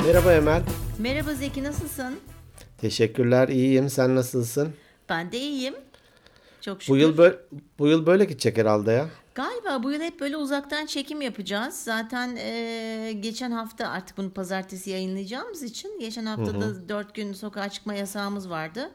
Merhaba Emel. Merhaba Zeki, nasılsın? Teşekkürler, iyiyim. Sen nasılsın? Ben de iyiyim. Çok Bu yıl şükür. böyle, bu yıl böyle gidecek herhalde ya. Galiba bu yıl hep böyle uzaktan çekim yapacağız. Zaten geçen hafta artık bunu pazartesi yayınlayacağımız için geçen hafta da 4 gün sokağa çıkma yasağımız vardı.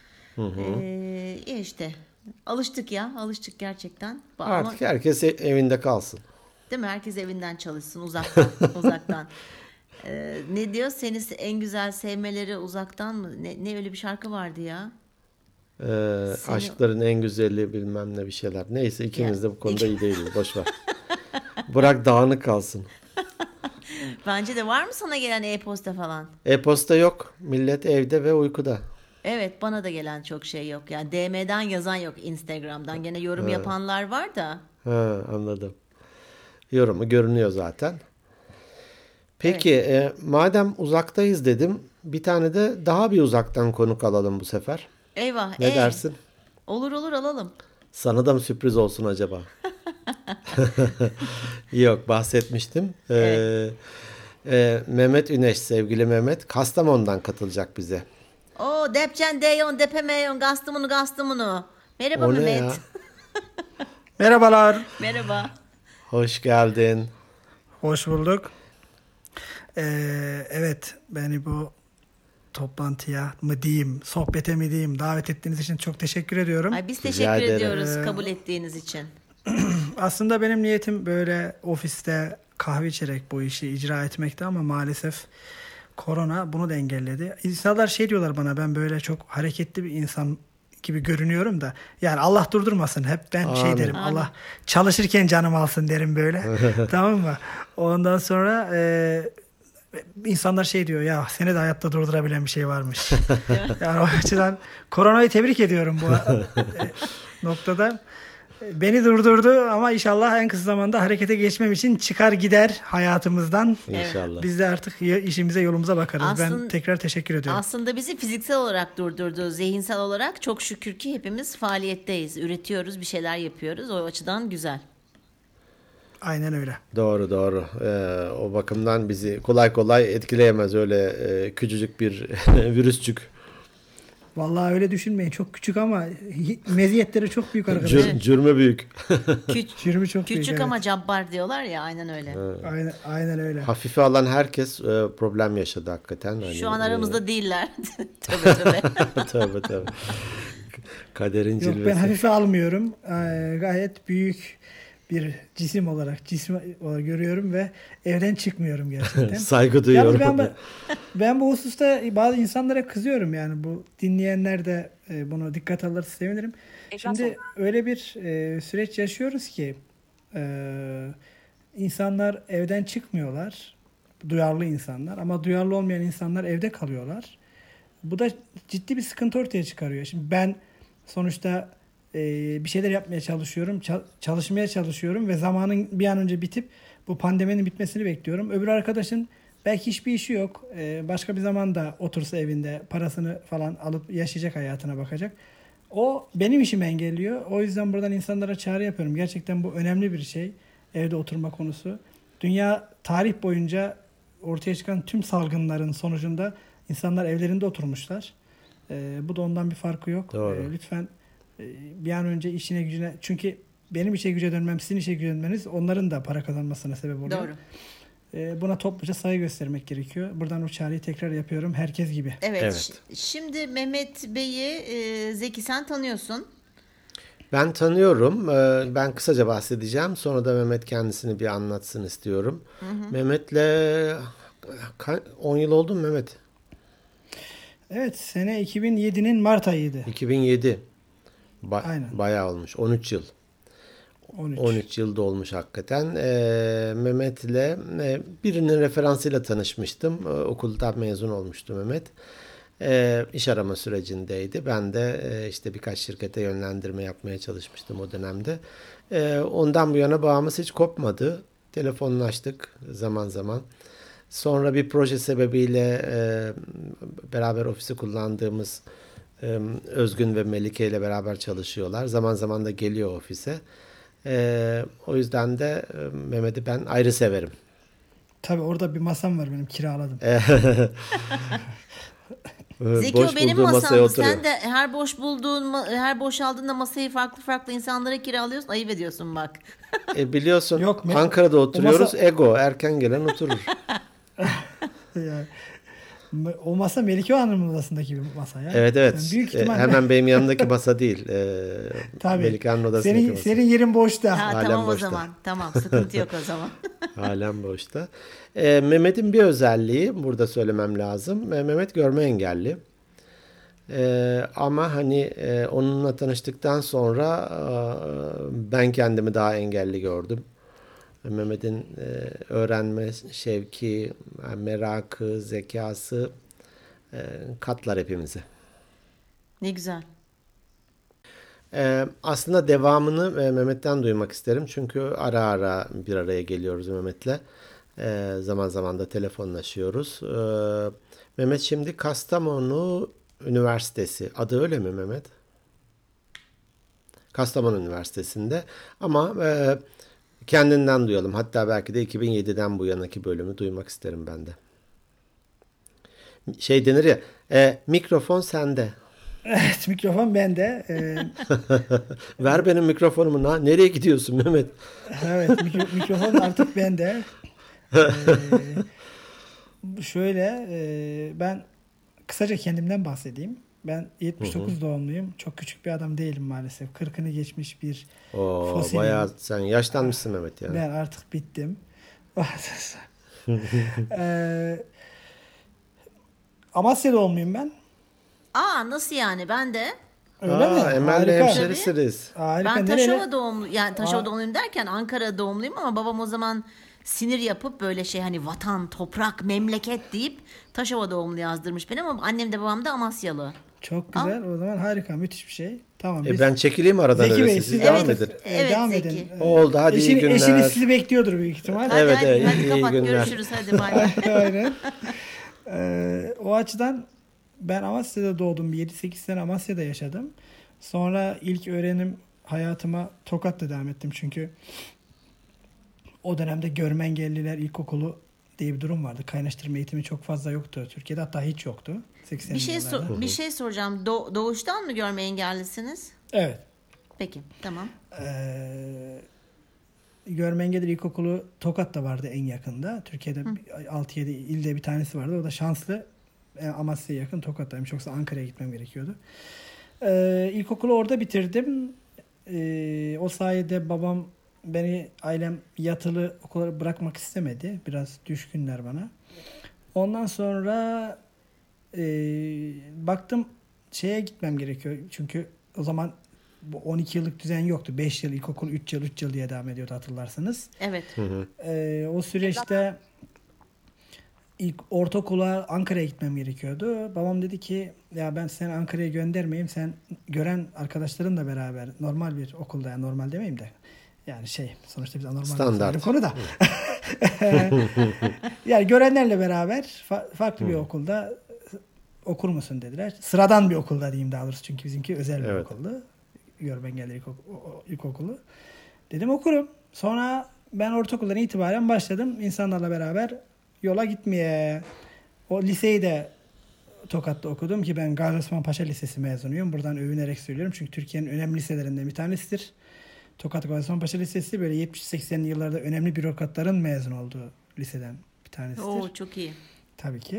İşte alıştık ya, alıştık gerçekten. Ama Artık herkes evinde kalsın. değil mi? Herkes evinden çalışsın uzaktan, uzaktan. Ne diyor? Seni en güzel sevmeleri uzaktan mı? Ne öyle bir şarkı vardı ya? Seni Aşkların en güzeli bilmem ne bir şeyler. Neyse ya ikimiz de bu konuda iyi değiliz. Boş ver. Bırak dağınık kalsın. bence de var mı sana gelen e-posta falan? E-posta yok. Millet evde ve uykuda. Evet, bana da gelen çok şey yok. Yani DM'den yazan yok, Instagram'dan. Gene yorum yapanlar var da. Ha, anladım. Yorumu görünüyor zaten. Evet. Peki, madem uzaktayız dedim, bir tane de daha bir uzaktan konuk alalım bu sefer. Eyvah. Ne dersin? Olur olur alalım. Sana da mı sürpriz olsun acaba? Yok, bahsetmiştim. Evet. Mehmet Üneş, sevgili Mehmet, Kastamonu'dan katılacak bize. O Depçen Deyon Depemeyon Gastamonu Gastamonu. Merhaba O ne ya? Mehmet. Merhabalar, Merhaba. Hoş geldin. hoş bulduk. Evet, beni bu toplantıya mı diyeyim, sohbete mi diyeyim, davet ettiğiniz için çok teşekkür ediyorum. Ay biz Rica teşekkür ederim. ediyoruz kabul ettiğiniz için. Aslında benim niyetim böyle ofiste kahve içerek bu işi icra etmekti ama maalesef korona bunu da engelledi. İnsanlar şey diyorlar bana, ben böyle çok hareketli bir insan gibi görünüyorum da. Yani Allah durdurmasın, hep ben şey Amin. derim, Amin. Allah çalışırken canım alsın derim böyle. Tamam mı? Ondan sonra insanlar şey diyor, ya seni de hayatta durdurabilen bir şey varmış. Yani o açıdan koronayı tebrik ediyorum bu noktada. Beni durdurdu ama inşallah en kısa zamanda harekete geçmem için çıkar gider hayatımızdan. İnşallah. Biz de artık işimize yolumuza bakarız. Ben Aslında, tekrar teşekkür ediyorum. aslında bizi fiziksel olarak durdurdu. Zihinsel olarak çok şükür ki hepimiz faaliyetteyiz. Üretiyoruz, bir şeyler yapıyoruz. O açıdan güzel. Aynen öyle. Doğru doğru. O bakımdan bizi kolay kolay etkileyemez öyle küçücük bir virüsçük. Vallahi öyle düşünmeyin. Çok küçük ama meziyetleri çok büyük arkadaşlar. Cürmü büyük. Cürmü çok büyük. Küçük Evet. ama cabbar diyorlar ya, aynen öyle. Aynen öyle. Hafife alan herkes problem yaşadı hakikaten. Hani, Şu an aramızda değiller. Tövbe tövbe. Tabii tabii. Kaderin Yok, ben cilvesi. hafife almıyorum. Gayet büyük bir cisim olarak görüyorum ve evden çıkmıyorum gerçekten. Saygı duyuyorum. Yalnız ben bu hususta bazı insanlara kızıyorum, yani bu dinleyenler de bunu dikkat alırsa sevinirim. Şimdi öyle bir süreç yaşıyoruz ki insanlar evden çıkmıyorlar. Duyarlı insanlar, ama duyarlı olmayan insanlar evde kalıyorlar. Bu da ciddi bir sıkıntı ortaya çıkarıyor. Şimdi ben sonuçta bir şeyler yapmaya çalışıyorum, çalışmaya çalışıyorum ve zamanın bir an önce bitip bu pandeminin bitmesini bekliyorum. Öbür arkadaşın belki hiçbir işi yok. Başka bir zaman da otursa evinde parasını falan alıp yaşayacak, hayatına bakacak. O benim işimi engelliyor. O yüzden buradan insanlara çağrı yapıyorum. Gerçekten bu önemli bir şey. Evde oturma konusu. Dünya tarih boyunca ortaya çıkan tüm salgınların sonucunda insanlar evlerinde oturmuşlar. Bu da ondan bir farkı yok. Doğru. Lütfen bir an önce işine gücüne, çünkü benim işe güce dönmem, sizin işe güce dönmeniz onların da para kazanmasına sebep oluyor. Doğru. Buna topluca saygı göstermek gerekiyor. Buradan o çağrıyı tekrar yapıyorum, herkes gibi. Evet. Evet. Şimdi Mehmet Bey'i Zeki sen tanıyorsun. Ben tanıyorum. Ben kısaca bahsedeceğim. Sonra da Mehmet kendisini bir anlatsın istiyorum. Mehmet'le 10 yıl oldu mu Mehmet? Evet, sene 2007'nin Mart ayıydı. 2007. Aynen. Bayağı olmuş. 13 yıl. 13. 13 yılda olmuş hakikaten. Mehmet'le birinin referansıyla tanışmıştım. Okuldan mezun olmuştu Mehmet. İş arama sürecindeydi. Ben de işte birkaç şirkete yönlendirme yapmaya çalışmıştım o dönemde. Ondan bu yana bağımız hiç kopmadı. Telefonlaştık zaman zaman. Sonra bir proje sebebiyle beraber ofisi kullandığımız Özgün ve Melike ile beraber çalışıyorlar. Zaman zaman da geliyor ofise. O yüzden de Mehmet'i ben ayrı severim. Tabii orada bir masam var benim, kiraladım. Zeki, Boş o benim bulduğu masaya masamdı. oturuyor. Sen de her boşaldığında masayı farklı insanlara kiralıyorsun. Ayıp ediyorsun bak. Biliyorsun Yok, Ankara'da o oturuyoruz. masa Ego. Erken gelen oturur. yani, o masa Melike Hanım'ın odasındaki bir masa ya. Evet, Yani evet. büyük ihtimalle Hemen benim yanımdaki masa değil. tabii. Melike Hanım'ın odasındaki Senin masa. senin yerin boşta. Ha, Halen tamam o boşta. zaman. Tamam, sıkıntı yok o zaman. Halen boşta. Mehmet'in bir özelliği burada söylemem lazım. Mehmet görme engelli. Ama hani onunla tanıştıktan sonra ben kendimi daha engelli gördüm. Mehmet'in öğrenme şevki, merakı, zekası katlar hepimizi. Ne güzel. Aslında devamını Mehmet'ten duymak isterim. Çünkü ara ara bir araya geliyoruz Mehmet'le. Zaman zaman da telefonlaşıyoruz. Mehmet şimdi Kastamonu Üniversitesi. Adı öyle mi Mehmet? Kastamonu Üniversitesi'nde. Ama kendinden duyalım. Hatta belki de 2007'den bu yanaki bölümü duymak isterim ben de. Şey denir ya, mikrofon sende. Evet, mikrofon bende. Ver benim mikrofonumu. Nereye gidiyorsun Mehmet? Evet, mikrofon artık bende. Şöyle, ben kısaca kendimden bahsedeyim. Ben 79 doğumluyum. Çok küçük bir adam değilim maalesef. 40'ını geçmiş bir fosilim. Bayağı sen yaşlanmışsın Mehmet ya. Ben artık bittim. Amasya doğumluyum ben. Aa, nasıl yani? Ben de. Öyle mi? Emel'le Harika. hemşerisiniz. Harika. Ben Nereli? Taşova doğumlu, yani Taşova doğumluyum derken Ankara doğumluyum ama babam o zaman sinir yapıp böyle şey, hani vatan, toprak, memleket deyip Taşova doğumlu yazdırmış beni, ama annem de babam da Amasyalı. Çok güzel. O zaman harika. Müthiş bir şey. Tamam. Ben çekileyim aradan Zeki öyleyse. Bey, Siz siz devam evet, edin. evet, devam Zeki. edin. Oldu, hadi iyi günler. Eşiniz sizi bekliyordur büyük ihtimal. Hadi Evet, hadi, evet, hadi iyi kapat, günler. görüşürüz, hadi bay bay. Aynen. O açıdan ben Amasya'da doğdum. 7-8 sene Amasya'da yaşadım. Sonra ilk öğrenim hayatıma Tokat'ta devam ettim. Çünkü o dönemde görme engelliler ilkokulu diye bir durum vardı. Kaynaştırma eğitimi çok fazla yoktu. Türkiye'de hatta hiç yoktu. 80'li yıllarda. Bir şey soracağım. Doğuştan mı görme engellisiniz? Evet. Peki, tamam. Görme engelli ilkokulu Tokat'ta vardı en yakında. Türkiye'de 6-7 ilde bir tanesi vardı. O da şanslı. Amasya'ya yakın Tokat'taymış. Yoksa Ankara'ya gitmem gerekiyordu. İlkokulu orada bitirdim. O sayede babam ailem yatılı okula bırakmak istemedi. Biraz düşkünler bana. Ondan sonra baktım şeye gitmem gerekiyor. Çünkü o zaman bu 12 yıllık düzen yoktu. 5 yıl ilkokul, 3 yıl diye devam ediyordu hatırlarsanız. Evet. O süreçte ilk ortaokula Ankara'ya gitmem gerekiyordu. Babam dedi ki ya ben seni Ankara'ya göndermeyeyim. Sen gören arkadaşlarınla beraber normal bir okulda, yani normal demeyeyim de yani sonuçta biz anormal Standart. bir konuda. Yani görenlerle beraber farklı bir okulda okur musun dediler. Sıradan bir okulda diyeyim daha doğrusu. Çünkü bizimki özel bir okuldu. Görme engelli ilkokulu. Dedim okurum. Sonra ben ortaokuldan itibaren başladım insanlarla beraber yola gitmeye. O liseyi de Tokat'ta okudum ki ben Gazi Osman Paşa Lisesi mezunuyum. Buradan övünerek söylüyorum. Çünkü Türkiye'nin önemli liselerinden bir tanesidir. Tokat Gazi Osman Paşa Lisesi böyle 70-80'li yıllarda önemli bürokratların mezun olduğu liseden bir tanesidir. Oo, çok iyi. Tabii ki.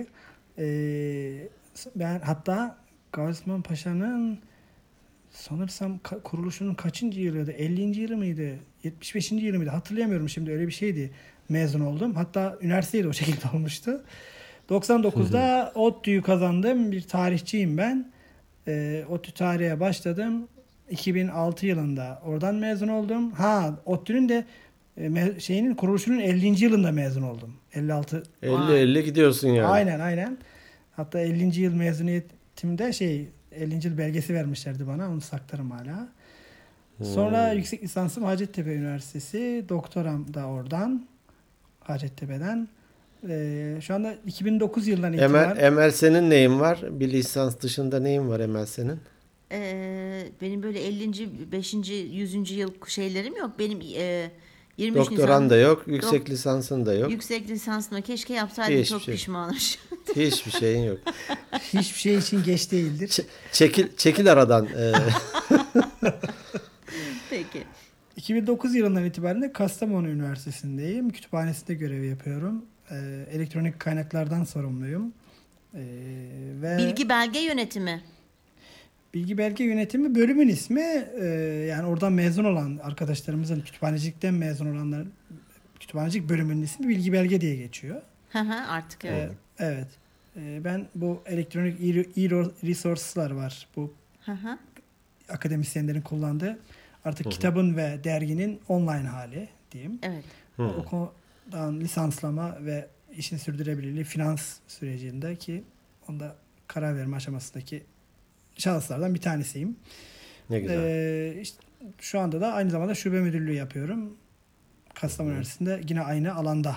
Ben hatta Gazi Osman Paşa'nın sanırsam kuruluşunun kaçıncı yılıydı? 50. yılı mıydı? 75. yılı mıydı? Hatırlayamıyorum şimdi, öyle bir şeydi. Mezun oldum. Hatta üniversiteyi de o şekilde olmuştu. 99'da ODTÜ'yü kazandım. Bir tarihçiyim ben. ODTÜ tarihe başladım. 2006 yılında oradan mezun oldum. ODTÜ'nün de kuruluşunun 50. yılında mezun oldum. 56. 50 gidiyorsun yani. Aynen. Hatta 50. yıl mezuniyetimde 50. yıl belgesi vermişlerdi bana. Onu saklarım hala. Sonra yüksek lisansım Hacettepe Üniversitesi. Doktoram da oradan. Hacettepe'den. Şu anda 2009 yılından itibaren. Emel senin neyin var? Bir lisans dışında neyin var Emel senin? Benim böyle 50. 5. 100. yıl şeylerim yok. Benim 23 Doktoran Nisan da yok, yüksek lisansın da yok. yüksek lisansını keşke yapsaydım, Hiçbir çok şey. pişmanım. Hiçbir şeyin yok. Hiçbir şey için geç değildir. Çekil aradan. Peki. 2009 yılından itibaren de Kastamonu Üniversitesi'ndeyim. Kütüphanesinde görev yapıyorum. Elektronik kaynaklardan sorumluyum. Ve Bilgi belge yönetimi. Bilgi Belge Yönetimi bölümün ismi. Yani oradan mezun olan arkadaşlarımızın, kütüphanecilikten mezun olanların kütüphanecilik bölümünün ismi Bilgi Belge diye geçiyor. Artık evet. Evet. Ben bu elektronik e-resource'lar var. Bu akademisyenlerin kullandığı artık kitabın ve derginin online hali diyeyim. Evet. O konudan lisanslama ve işin sürdürülebilirliği finans sürecinde ki onda karar verme aşamasındaki şahıslardan bir tanesiyim. Ne güzel. İşte şu anda da aynı zamanda şube müdürlüğü yapıyorum. Kastamonu Üniversitesi'nde yine aynı alanda.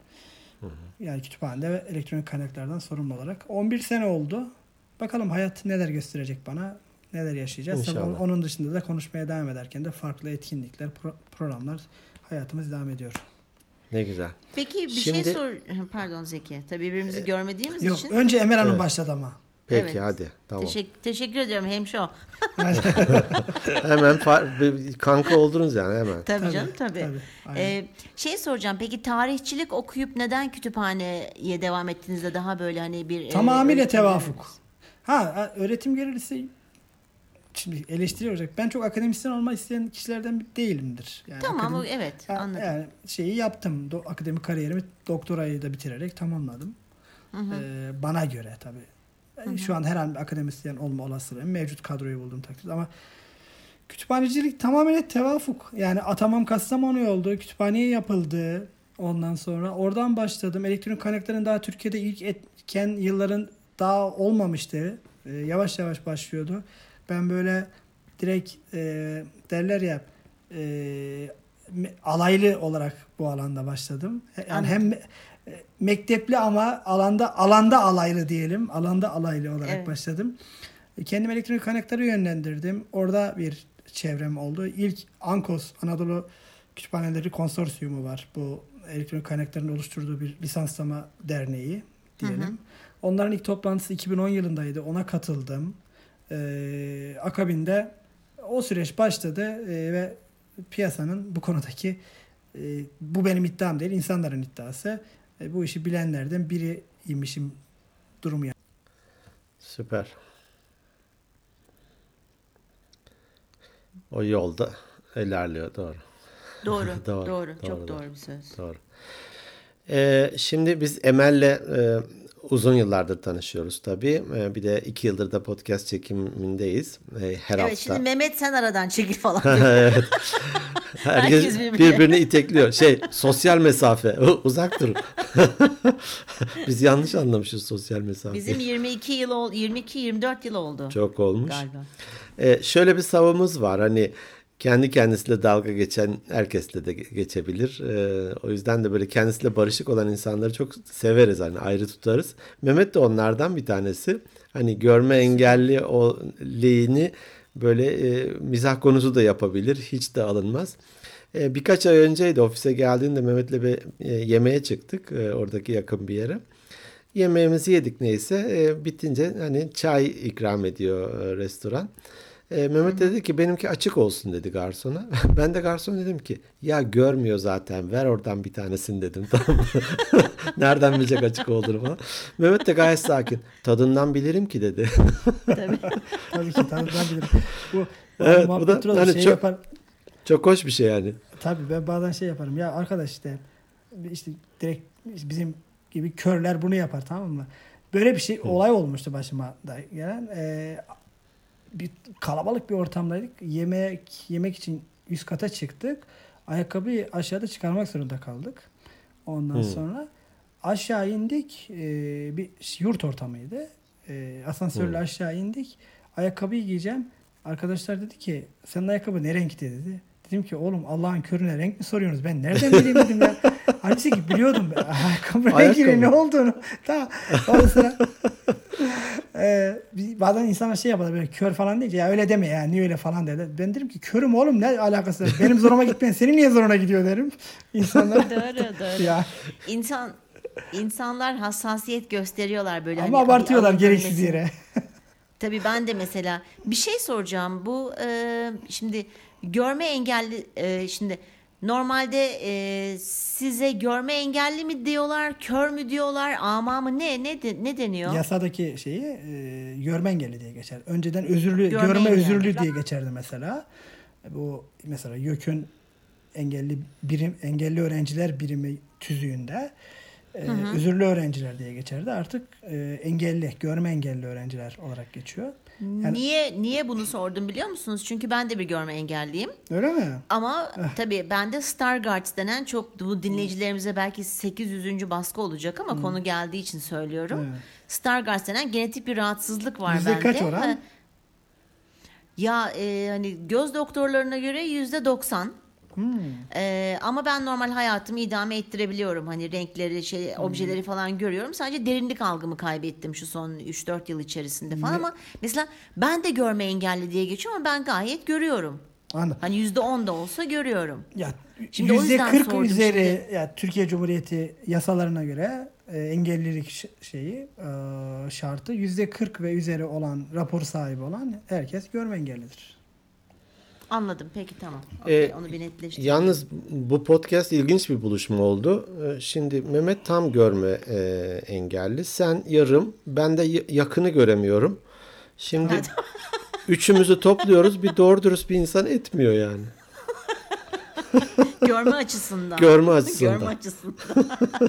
Yani kütüphanede ve elektronik kaynaklardan sorumlu olarak. 11 sene oldu. Bakalım hayat neler gösterecek bana, neler yaşayacağız. Tabii İnşallah. onun dışında da konuşmaya devam ederken de farklı etkinlikler, programlar hayatımız devam ediyor. Ne güzel. Peki bir Şimdi- şey sor. Pardon Zeki. Tabii birbirimizi görmediğimiz Yok, için. önce Emel Hanım Evet. başladı ama. Peki Evet. hadi. Tamam. Teşekkür ediyorum hemşo. Hemen bir kanka oldunuz yani hemen. Tabii canım tabii. Aynen. Şey soracağım. Peki tarihçilik okuyup neden kütüphaneye devam ettiğinizde daha böyle hani bir Tamamıyla öğretim tevafuk. Öğretim görevlisi şimdi eleştiri olacak. Ben çok akademisyen olmak isteyen kişilerden değilimdir. Yani Tamam akademi- evet anladım. Yani şeyi yaptım. Akademik kariyerimi doktorayı da bitirerek tamamladım. Bana göre tabii. Şu an her an bir akademisyen olma olasılığım mevcut kadroyu buldum takdirde ama kütüphanecilik tamamen tevafuk. Yani atamam Kastamonu oldu. Kütüphaneye yapıldı. Ondan sonra oradan başladım. Elektronik kaynakların daha Türkiye'de ilk etken yılların daha olmamıştı. Yavaş yavaş başlıyordu. Ben böyle direkt derler ya alaylı olarak bu alanda başladım. Yani hem mektepli ama alanda alaylı diyelim. Alanda alaylı olarak Evet. başladım. Kendim elektronik kaynakları yönlendirdim. Orada bir çevrem oldu. İlk ANKOS, Anadolu Kütüphaneleri Konsorsiyumu var. Bu elektronik kaynakların oluşturduğu bir lisanslama derneği diyelim. Onların ilk toplantısı 2010 yılındaydı. Ona katıldım. Akabinde o süreç başladı ve piyasanın bu konudaki bu benim iddiam değil, insanların iddiası. Bu işi bilenlerden biriymişim durumu. Süper. O yolda ilerliyor doğru. Doğru. Doğru, Doğru. Çok doğru. doğru bir söz. Doğru. Şimdi biz Emel'le uzun yıllardır tanışıyoruz tabii. Bir de 2 yıldır da podcast çekimindeyiz. Her Evet hafta. şimdi Mehmet sen aradan çekil falan. Evet. Herkes Herkes birbirine. birbirini itekliyor. Sosyal mesafe. Uzak durun. Biz yanlış anlamışız sosyal mesafe. Bizim 22-24 yıl oldu Çok olmuş. galiba. Şöyle bir savımız var. Hani kendi kendisiyle dalga geçen herkesle de geçebilir. O yüzden de böyle kendisiyle barışık olan insanları çok severiz. Hani ayrı tutarız. Mehmet de onlardan bir tanesi. Hani görme engelli liğini böyle mizah konusu da yapabilir. Hiç de alınmaz. Birkaç ay önceydi ofise geldiğinde Mehmet'le bir yemeğe çıktık. Oradaki yakın bir yere. Yemeğimizi yedik neyse. Bitince hani çay ikram ediyor restoran. Mehmet dedi ki benimki açık olsun dedi garsona. Ben de garsona dedim ki ya görmüyor zaten ver oradan bir tanesini dedim. Tamam mı? Nereden bilecek açık olduğunu falan. Mehmet de gayet sakin. Tadından bilirim ki dedi. Tabii. Tabii ki ben bilirim. Bu Evet, bu da muhabbet olur, hani şey çok- yapar. Çok hoş bir şey yani. Tabii ben bazen şey yaparım. Ya arkadaş işte direkt bizim gibi körler bunu yapar, tamam mı? Böyle bir şey olay olmuştu başıma da gelen. Bir kalabalık bir ortamdaydık. Yemek için üst kata çıktık. Ayakkabıyı aşağıda çıkarmak zorunda kaldık. Ondan sonra aşağı indik. Bir yurt ortamıydı. Asansörle aşağı indik. Ayakkabıyı giyeceğim. Arkadaşlar dedi ki senin ayakkabı ne renkti dedi. Dedim ki oğlum Allah'ın körüne renk mi soruyorsunuz? Ben nereden bileyim dedim ya. Halbuki ki biliyordum ben. Ayakkabı renginin ne olduğunu. Tamam. Ondan sonra Bazen insanlar şey yapar böyle kör falan deyince ya öyle deme ya niye öyle falan derler. Ben derim ki körüm oğlum ne alakası var? Benim zoruma gitmeyen senin niye zoruna gidiyor derim. İnsanlar Doğru. ya İnsanlar hassasiyet gösteriyorlar böyle. ama hani bir abartıyorlar alın gereksiz dönmesi. yere. Tabii ben de mesela bir şey soracağım. Bu şimdi görme engelli şimdi normalde size görme engelli mi diyorlar, kör mü diyorlar, ama mı ne deniyor? Yasadaki şeyi görme engelli diye geçer. Önceden özürlü, Görme görme engelli. özürlü diye geçerdi mesela. Bu mesela YÖK'ün engelli öğrenciler birimi tüzüğünde özürlü öğrenciler diye geçerdi. Artık görme engelli öğrenciler olarak geçiyor. Yani, Niye bunu sordum biliyor musunuz? Çünkü ben de bir görme engelliyim. öyle mi? Ama tabii bende Stargardt denen çok bu dinleyicilerimize belki 800. baskı olacak ama konu geldiği için söylüyorum. Evet. Stargardt denen genetik bir rahatsızlık var Yüzde bende. kaç oran? Ya hani göz doktorlarına göre %90. Ama ben normal hayatımı idame ettirebiliyorum. Hani renkleri, objeleri falan görüyorum. Sadece derinlik algımı kaybettim şu son 3-4 yıl içerisinde falan. Ama mesela ben de görme engelli diye geçiyor ama ben gayet görüyorum. Anladım. Hani %10 da olsa görüyorum. Ya Şimdi o yüzden %40 sordum üzeri ya Türkiye Cumhuriyeti yasalarına göre engellilik şartı %40 ve üzeri olan rapor sahibi olan herkes görme engellidir. Anladım. Peki tamam. Okay, onu bir netleştireyim. Yalnız bu podcast ilginç bir buluşma oldu. Şimdi Mehmet tam görme engelli. Sen yarım, ben de yakını göremiyorum. Şimdi üçümüzü topluyoruz. Bir doğru dürüst bir insan etmiyor yani. Görme açısından. Görme açısından. Görme açısından.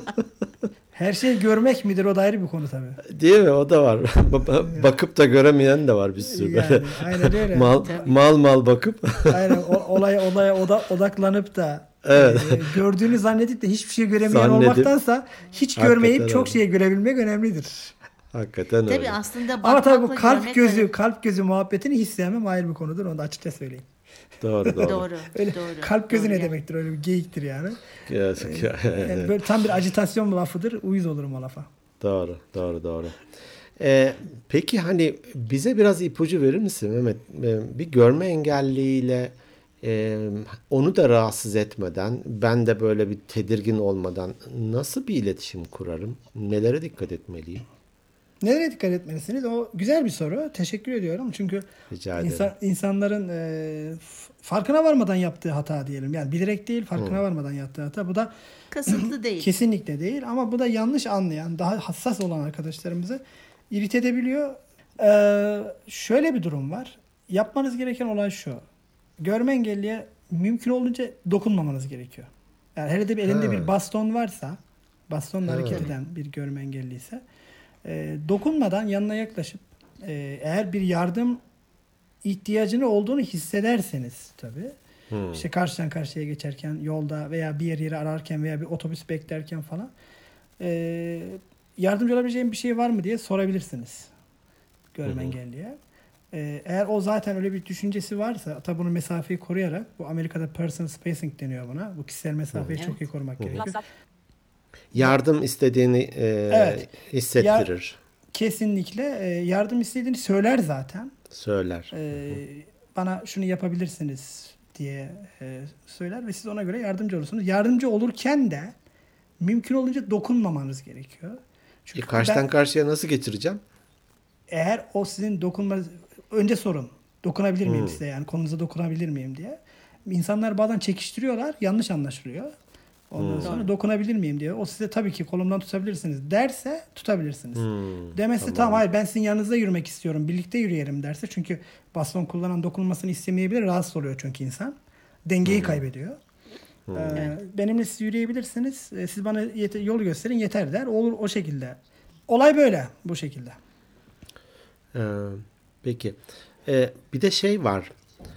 Her şey görmek midir o da ayrı bir konu tabii. Değil mi? O da var. Bakıp da göremeyen de var bir sürü. Yani, aynen öyle. mal bakıp. Aynen olaya odaklanıp da Evet. gördüğünü zannedip de hiçbir şey göremeyen olmaktansa hiç görmeyip Hakikaten çok şey görebilmek önemlidir. Hakikaten öyle. Tabii aslında Ama tabii bu bakmakla kalp gözü muhabbetini hiç sevmem ayrı bir konudur. Onu da açıkça söyleyeyim. Doğru. Doğru. Öyle doğru. kalp gözü Doğru ne yani. demektir? Öyle bir geyiktir yani. Yazık ya. Yani böyle tam bir ajitasyon lafıdır. Uyuz olurum o lafa. Doğru. Peki hani bize biraz ipucu verir misin Mehmet? Bir görme engelliyle onu da rahatsız etmeden, ben de böyle bir tedirgin olmadan nasıl bir iletişim kurarım? Nelere dikkat etmeliyim? Nelere dikkat etmelisiniz? O güzel bir soru. Teşekkür ediyorum. Çünkü Rica ederim. insanların farkına varmadan yaptığı hata diyelim. Yani bilerek değil, farkına varmadan yaptığı hata. Bu da Kasıtlı değil. kesinlikle değil ama bu da yanlış anlayan, daha hassas olan arkadaşlarımızı irite edebiliyor. Şöyle bir durum var. Yapmanız gereken olay şu. Görme engelliye mümkün olduğunca dokunmamanız gerekiyor. Yani hele de elinde bir baston varsa, bastonla hareket eden bir görme engelliyse dokunmadan yanına yaklaşıp eğer bir yardım ihtiyacını olduğunu hissederseniz tabii işte karşıdan karşıya geçerken yolda veya bir yeri ararken veya bir otobüs beklerken falan yardımcı olabileceğim bir şey var mı diye sorabilirsiniz görme engelliye. Eğer o zaten öyle bir düşüncesi varsa tabii bunu mesafeyi koruyarak bu Amerika'da personal spacing deniyor buna. Bu kişisel mesafeyi çok iyi korumak gerekiyor. Yardım istediğini Evet. hissettirir. Kesinlikle yardım istediğini söyler zaten. Söyler. Bana şunu yapabilirsiniz diye söyler ve siz ona göre yardımcı olursunuz. Yardımcı olurken de mümkün olunca dokunmamanız gerekiyor. Çünkü Karşıdan karşıya nasıl geçireceğim? eğer o sizin dokunmanız önce sorun. Dokunabilir miyim size yani konunuza dokunabilir miyim diye. İnsanlar bazen çekiştiriyorlar, yanlış anlaşılıyor. Ondan sonra dokunabilir miyim diyor. O size tabii ki kolumdan tutabilirsiniz derse tutabilirsiniz. Demesi tamam hayır ben sizin yanınızda yürümek istiyorum. Birlikte yürüyelim derse. Çünkü baston kullanan dokunulmasını istemeyebilir. Rahatsız oluyor çünkü insan. Dengeyi kaybediyor. Benimle siz yürüyebilirsiniz. Siz bana yolu gösterin yeter der. Olur o şekilde. Olay böyle. Bu şekilde. Peki. Bir de şey var.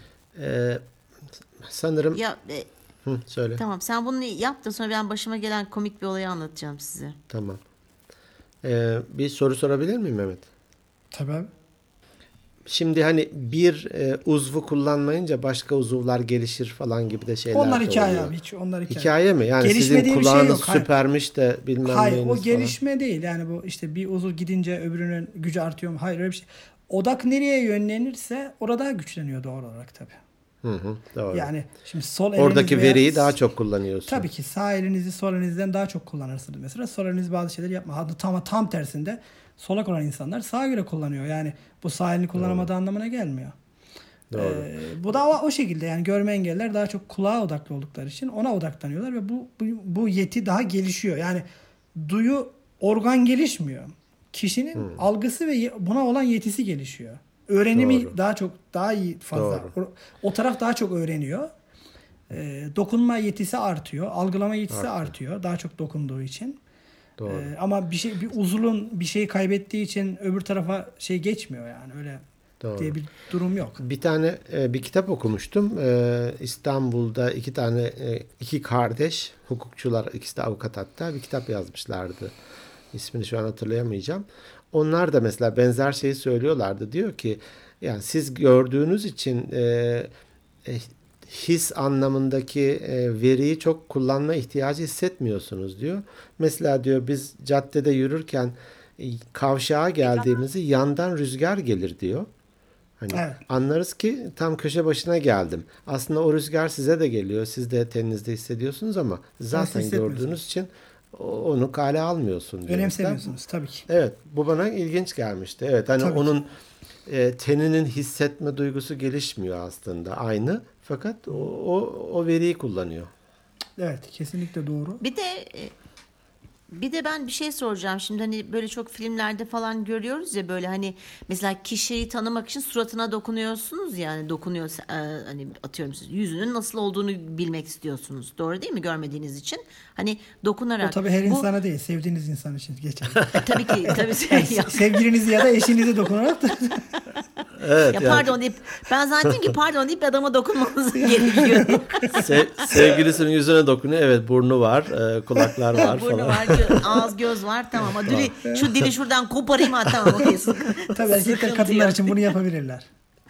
Sanırım... Ya söyle. tamam sen bunu yap da sonra ben başıma gelen komik bir olayı anlatacağım size. Tamam. Bir soru sorabilir miyim Mehmet? Tabii abi. Şimdi hani bir uzvu kullanmayınca başka uzuvlar gelişir falan gibi de şeyler Onlar de hikaye oluyor. abi. Hiç onlar hikaye. Hikaye mi? Yani Gelişme sizin diye bir şey kulağınız yok. Hayır. süpermiş de bilmem Hayır, neyiniz o falan. gelişme değil. Yani bu işte bir uzuv gidince öbürünün gücü artıyor mu? Hayır, öyle bir şey. Odak nereye yönlenirse orada güçleniyor doğal olarak tabii. Doğru. Yani şimdi sol eliniz Oradaki veya- veriyi daha çok kullanıyorsun. Tabii ki sağ elinizi sol elinizden daha çok kullanırsınız mesela. Sol eliniz bazı şeyleri yapma. Hatta tam tersinde solak olan insanlar sağa göre kullanıyor. Yani bu sağ elini kullanamadığı anlamına gelmiyor. Doğru. Bu da o şekilde, yani görme engelliler daha çok kulağa odaklı oldukları için ona odaklanıyorlar ve bu yeti daha gelişiyor. Yani duyu organ gelişmiyor. Kişinin algısı ve buna olan yetisi gelişiyor. Öğrenimi Doğru. daha iyi fazla. O taraf daha çok öğreniyor. Dokunma yetisi artıyor. Algılama yetisi artıyor. Daha çok dokunduğu için. Doğru. Ama bir uzun bir şeyi kaybettiği için öbür tarafa şey geçmiyor yani, öyle Doğru. diye bir durum yok. Bir tane bir kitap okumuştum. İstanbul'da iki kardeş hukukçular, ikisi de avukat, hatta bir kitap yazmışlardı. İsmini şu an hatırlayamayacağım. Onlar da mesela benzer şeyi söylüyorlardı. Diyor ki yani siz gördüğünüz için his anlamındaki veriyi çok kullanma ihtiyacı hissetmiyorsunuz diyor. Mesela diyor biz caddede yürürken kavşağa geldiğimizi yandan rüzgar gelir diyor. Hani Evet. anlarız ki tam köşe başına geldim. Aslında o rüzgar size de geliyor. Siz de teninizde hissediyorsunuz ama zaten hissetmiyorsunuz. gördüğünüz için onu kale almıyorsun diyor. Önemsemiyorsunuz tabii ki. Evet, bu bana ilginç gelmişti. Evet, hani Tabii onun teninin hissetme duygusu gelişmiyor aslında, aynı. Fakat o veriyi kullanıyor. Evet, kesinlikle doğru. Bir de ben bir şey soracağım. Şimdi hani böyle çok filmlerde falan görüyoruz ya, böyle hani mesela kişiyi tanımak için suratına dokunuyorsunuz, yani hani atıyorum siz yüzünün nasıl olduğunu bilmek istiyorsunuz. Doğru değil mi? Görmediğiniz için. Hani dokunarak. O tabii her insana değil, sevdiğiniz insan için geçerli. Tabii ki tabii. Sevgilinizi ya da eşinizi dokunarak da Evet, Ya yani pardon deyip ben zannettim ki pardon deyip adama dokunmanız gerekiyor. sevgilisinin yüzüne dokunuyor. Evet, burnu var, kulaklar var Burnu falan. var, ağız göz var, tamam. Şu dili şuradan koparayım, ha tamam, okey. tabii erkekler kadınlar için bunu yapabilirler.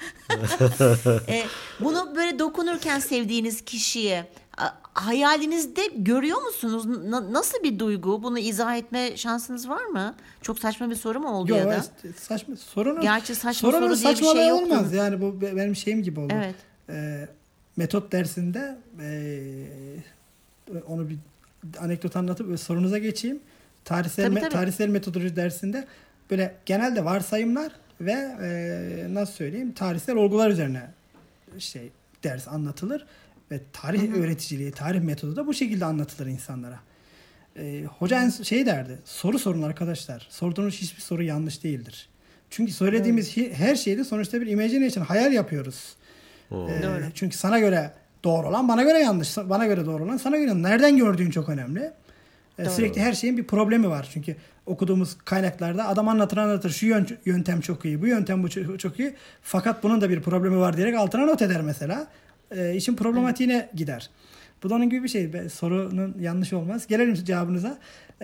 Bunu böyle dokunurken sevdiğiniz kişiye hayalinizde görüyor musunuz? Nasıl bir duygu? Bunu izah etme şansınız var mı? Çok saçma bir soru mu oldu ya da? Saçma Gerçi saçma soru diye bir saçmalığı şey yoktu. olmaz. Yani bu benim şeyim gibi oldu. Evet. Metot dersinde onu bir anekdot anlatıp sorunuza geçeyim. Tabii. Tarihsel metodoloji dersinde böyle genelde varsayımlar ve nasıl söyleyeyim, tarihsel olgular üzerine ders anlatılır ve tarih öğreticiliği, tarih metodu da bu şekilde anlatılır insanlara. Hoca derdi, soru sorun arkadaşlar. Sorduğunuz hiçbir soru yanlış değildir. Çünkü söylediğimiz her şeyde sonuçta bir imagination, hayal yapıyoruz. Doğru. Çünkü sana göre doğru olan bana göre yanlış, bana göre doğru olan sana göre, nereden gördüğün çok önemli. Sürekli her şeyin bir problemi var. Çünkü okuduğumuz kaynaklarda adam anlatır şu yöntem çok iyi, bu yöntem bu çok iyi. Fakat bunun da bir problemi var diyerek altına not eder mesela. İşin problematiğine gider. Bu da onun gibi bir şey. Sorunun yanlış olmaz. Gelelim cevabınıza.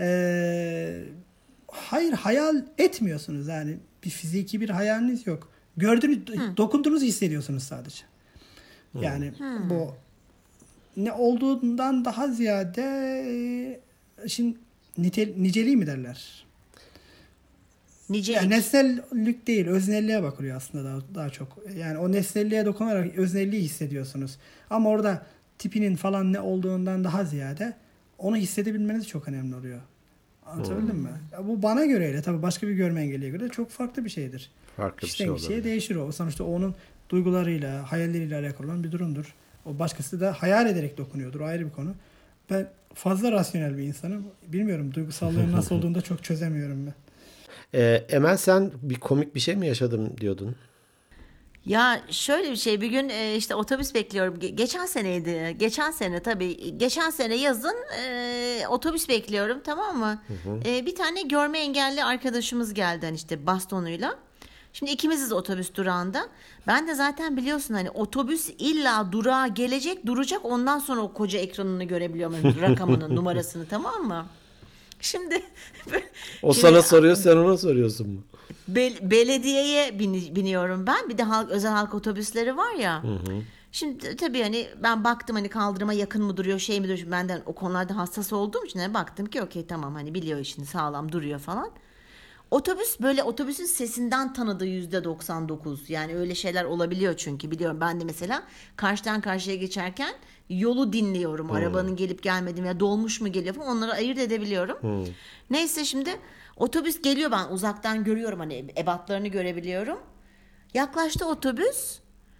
Hayır, hayal etmiyorsunuz. Yani bir fiziki bir hayaliniz yok. Dokunduğunuzu hissediyorsunuz sadece. Yani bu ne olduğundan daha ziyade işin niceliği mi derler? Nicelik. Yani nesnellik değil, öznelliğe bakılıyor aslında daha çok. Yani o nesnelliğe dokunarak öznelliği hissediyorsunuz. Ama orada tipinin falan ne olduğundan daha ziyade onu hissedebilmeniz çok önemli oluyor. Anlatabildim mi? Ya bu bana göre öyle. Tabii başka bir görme engelliye göre çok farklı bir şeydir. Farklı bir Kişiden şey kişiye olabilir. değişir o. Sonuçta onun duygularıyla, hayalleriyle alakalı olan bir durumdur. O başkası da hayal ederek dokunuyordur. O ayrı bir konu. Ben fazla rasyonel bir insanım. Bilmiyorum, duygusallığın nasıl olduğunu da çok çözemiyorum ben. Emel, sen bir komik bir şey mi yaşadım diyordun? Ya şöyle bir şey, bir gün işte otobüs bekliyorum. Geçen seneydi. Geçen sene yazın otobüs bekliyorum, tamam mı? Bir tane görme engelli arkadaşımız geldi hani işte bastonuyla. Şimdi ikimiziz otobüs durağında. Ben de zaten biliyorsun hani otobüs illa durağa gelecek, duracak, ondan sonra o koca ekranını görebiliyorum. Yani rakamının numarasını, tamam mı? Şimdi O şimdi sana soruyor, sen ona soruyorsun mu? belediyeye biniyorum ben. Bir de özel halk otobüsleri var ya. Şimdi tabii hani ben baktım hani kaldırıma yakın mı duruyor şey mi duruyor. Şimdi benden o konularda hassas olduğum için hani baktım ki okey tamam hani biliyor işini sağlam duruyor falan. Otobüs böyle otobüsün sesinden tanıdığı %99 yani öyle şeyler olabiliyor çünkü biliyorum ben de mesela karşıdan karşıya geçerken yolu dinliyorum arabanın gelip gelmediğini ya dolmuş mu geliyor falan onları ayırt edebiliyorum. Neyse şimdi otobüs geliyor ben uzaktan görüyorum hani ebatlarını görebiliyorum. Yaklaştı otobüs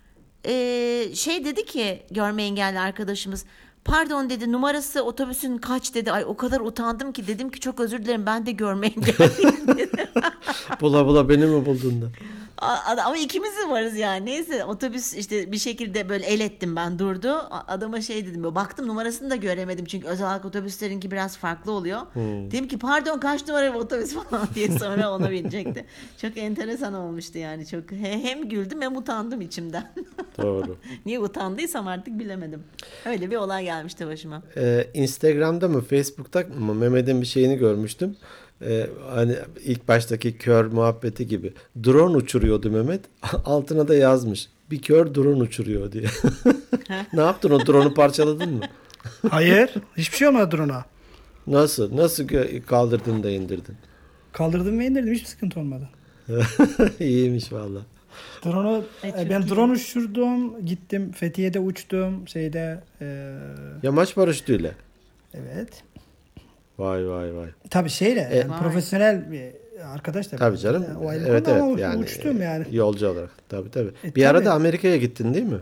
şey dedi ki görme engelli arkadaşımız pardon dedi numarası otobüsün kaç dedi ay o kadar utandım ki dedim ki çok özür dilerim ben de görme engelliyim dedi. Bula bula beni mi buldun da? Ama ikimiz de varız yani. Neyse otobüs işte bir şekilde böyle el ettim ben durdu. Adama şey dedim böyle baktım numarasını da göremedim. Çünkü özel halk otobüslerinki biraz farklı oluyor. Dedim ki pardon kaç numara bir otobüs falan diye sonra ona binecekti. Çok enteresan olmuştu yani. Çok hem güldüm hem utandım içimden. Doğru. Niye utandıysam artık bilemedim. Öyle bir olay gelmişti başıma. Instagram'da mı Facebook'ta mı Mehmet'in bir şeyini görmüştüm. Hani ilk baştaki kör muhabbeti gibi. Drone uçuruyordu Mehmet. Altına da yazmış. Bir kör drone uçuruyor diye. Ne yaptın o drone'u parçaladın mı? Hayır. Hiçbir şey olmadı drone'a. Nasıl? Nasıl kaldırdın da indirdin? Kaldırdım ve indirdim. Hiçbir sıkıntı olmadı. İyiymiş valla. Drone'u çok ben iyi. drone uçurdum. Gittim Fethiye'de uçtum. Yamaç paraşütüyle. Evet. Vay vay vay. Tabii şeyle yani Vay. profesyonel bir arkadaş da. Tabii canım. O ayrı Evet konu evet ama yani uçtum yani. yolcu olarak. Tabii tabii. Bir tabii. ara da Amerika'ya gittin değil mi?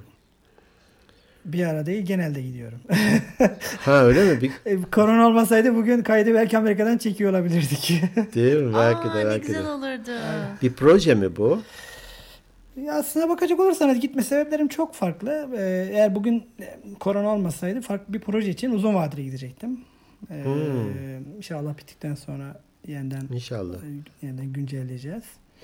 Bir ara değil genelde gidiyorum. Ha öyle mi? Korona olmasaydı bugün kaydı belki Amerika'dan çekiyor olabilirdik. Değil mi? Belki de ne belki de. güzel olurdu. Bir proje mi bu? Ya aslına bakacak olursanız gitme sebeplerim çok farklı. Eğer bugün korona olmasaydı farklı bir proje için uzun vadeli gidecektim. İnşallah bittikten sonra İnşallah. yeniden güncelleyeceğiz.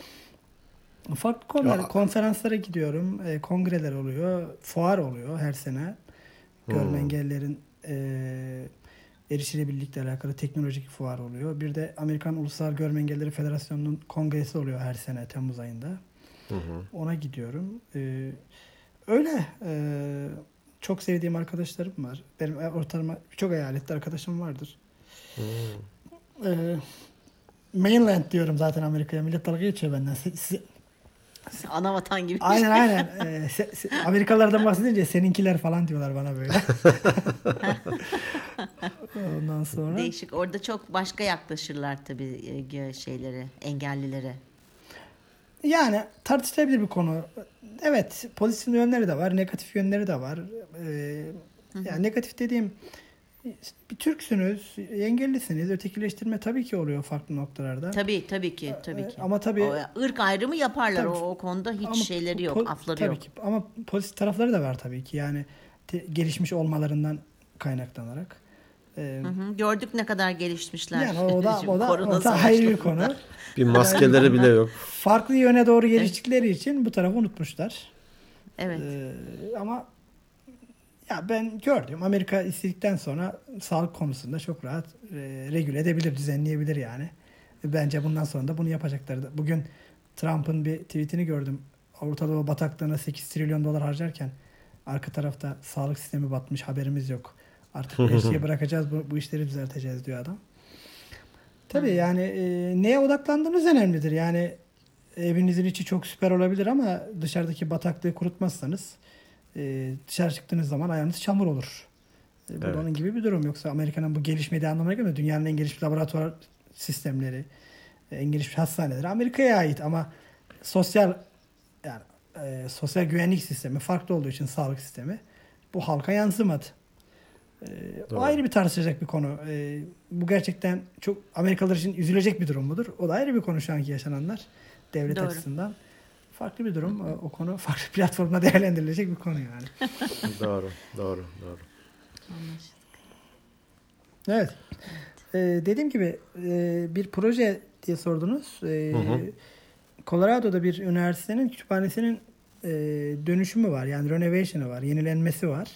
Farklı konular, konferanslara gidiyorum, kongreler oluyor, fuar oluyor her sene. Görme engellilerin erişilebilirlikle alakalı teknolojik fuar oluyor. Bir de Amerikan Ulusal Görme Engellileri Federasyonu'nun kongresi oluyor her sene Temmuz ayında. Ona gidiyorum. Öyle. Çok sevdiğim arkadaşlarım var. Benim ortalama çok eyaletli arkadaşım vardır. Mainland diyorum zaten Amerika'ya. Millet dalga geçiyor benden. Ana vatan gibi. Aynen. Amerikalılardan bahsedince seninkiler falan diyorlar bana böyle. Ondan sonra. Değişik. Orada çok başka yaklaşırlar tabii şeylere, engellilere. Yani tartışılabilir bir konu. Evet, pozitif yönleri de var, negatif yönleri de var. Yani negatif dediğim bir Türksünüz, engellisiniz, ötekileştirme tabii ki oluyor farklı noktalarda. Tabii ki. Ama tabii o ırk ayrımı yaparlar. tabii, O konuda hiç ama şeyleri yok, afları tabii yok. ki. Ama pozitif tarafları da var tabii ki. Yani gelişmiş olmalarından kaynaklanarak. Gördük ne kadar gelişmişler. Yani o da Korona ayrı bir konu. Bir maskeleri bile yok. Farklı yöne doğru geliştikleri için bu tarafı unutmuşlar. Evet. Ama ya ben gördüm Amerika istedikten sonra sağlık konusunda çok rahat regüle edebilir, düzenleyebilir yani. Bence bundan sonra da bunu yapacaklar. Bugün Trump'ın bir tweetini gördüm. Orta Doğu bataklığına 8 trilyon dolar harcarken arka tarafta sağlık sistemi batmış, haberimiz yok. Artık her şeyi bırakacağız, bu işleri düzelteceğiz diyor adam. Tabii yani neye odaklandığınız önemlidir. Yani evinizin içi çok süper olabilir ama dışarıdaki bataklığı kurutmazsanız dışarı çıktığınız zaman ayağınız çamur olur. Bu da onun gibi bir durum. Yoksa Amerika'nın bu gelişmediği anlamına gelmiyor. Dünyanın en gelişmiş laboratuvar sistemleri, en gelişmiş hastaneleri Amerika'ya ait ama sosyal güvenlik sistemi farklı olduğu için sağlık sistemi bu halka yansımadı. O ayrı bir tartışacak bir konu. Bu gerçekten çok Amerikalılar için üzülecek bir durum mudur? O da ayrı bir konu şu anki yaşananlar. Devlet açısından. Farklı bir durum. O konu farklı platformda değerlendirilecek bir konu yani. Doğru. Anlaşıldı. Evet. Dediğim gibi bir proje diye sordunuz. Colorado'da bir üniversitenin kütüphanesinin dönüşümü var. Yani renovation'ı var. Yenilenmesi var.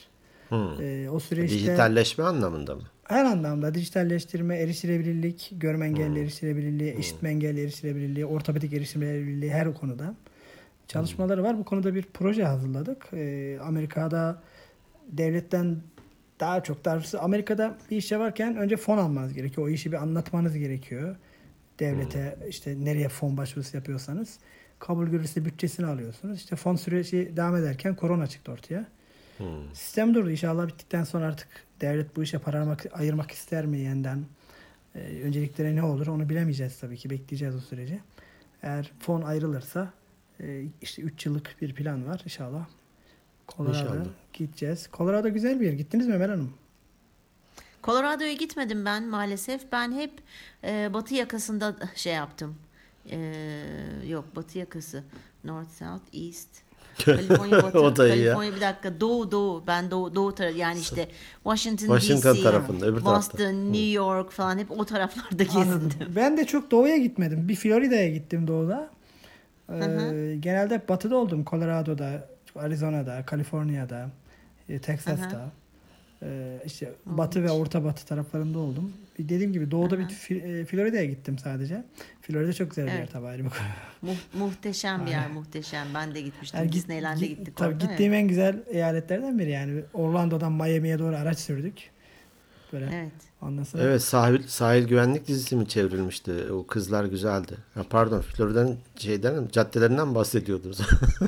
O süreçte Dijitalleşme anlamında mı? her anlamda dijitalleştirme, erişilebilirlik, görme engelli erişilebilirliği, işitme engelli erişilebilirliği, ortopedik erişilebilirliği her konuda çalışmaları var. Bu konuda bir proje hazırladık. Amerika'da devletten daha çok doğrusu Amerika'da bir işe varken önce fon almanız gerekiyor. O işi bir anlatmanız gerekiyor. Devlete işte nereye fon başvurusu yapıyorsanız kabul görürse bütçesini alıyorsunuz. İşte fon süreci devam ederken korona çıktı ortaya. Sistem durdu. İnşallah bittikten sonra artık devlet bu işe para ayırmak ister mi yeniden? Öncelikleri ne olur onu bilemeyeceğiz tabii ki. Bekleyeceğiz o süreci. Eğer fon ayrılırsa işte 3 yıllık bir plan var inşallah. Colorado'ya gideceğiz. Colorado güzel bir yer. Gittiniz mi Emel Hanım? Colorado'ya gitmedim ben maalesef. Ben hep batı yakasında şey yaptım. Yok batı yakası. North, South, East. Kaliforniya batı. O da iyi ya. Kaliforniya bir dakika. Doğu. Ben doğu tarafı yani işte Washington DC, tarafında, öbür Boston, tarafta. New York falan hep o taraflarda Anladım. gezindim. Ben de çok doğuya gitmedim. Bir Florida'ya gittim doğuda. Genelde hep batıda oldum. Colorado'da, Arizona'da, Kaliforniya'da, Texas'ta. İşte batı ve orta batı taraflarında oldum. Dediğim gibi doğuda bir Florida'ya gittim sadece. Florida çok güzel bir yer tabii ayrı bir konu. Muhteşem bir yer, muhteşem. Ben de gitmiştim. Yani Disneyland'e gittik tabii orada. gittiğim en güzel eyaletlerden biri yani. Orlando'dan Miami'ye doğru araç sürdük. Böyle. Evet. Ondan sonra Evet, sahil güvenlik dizisi mi çevrilmişti? O kızlar güzeldi. Ha, pardon, Florida'nın caddelerinden bahsediyordunuz.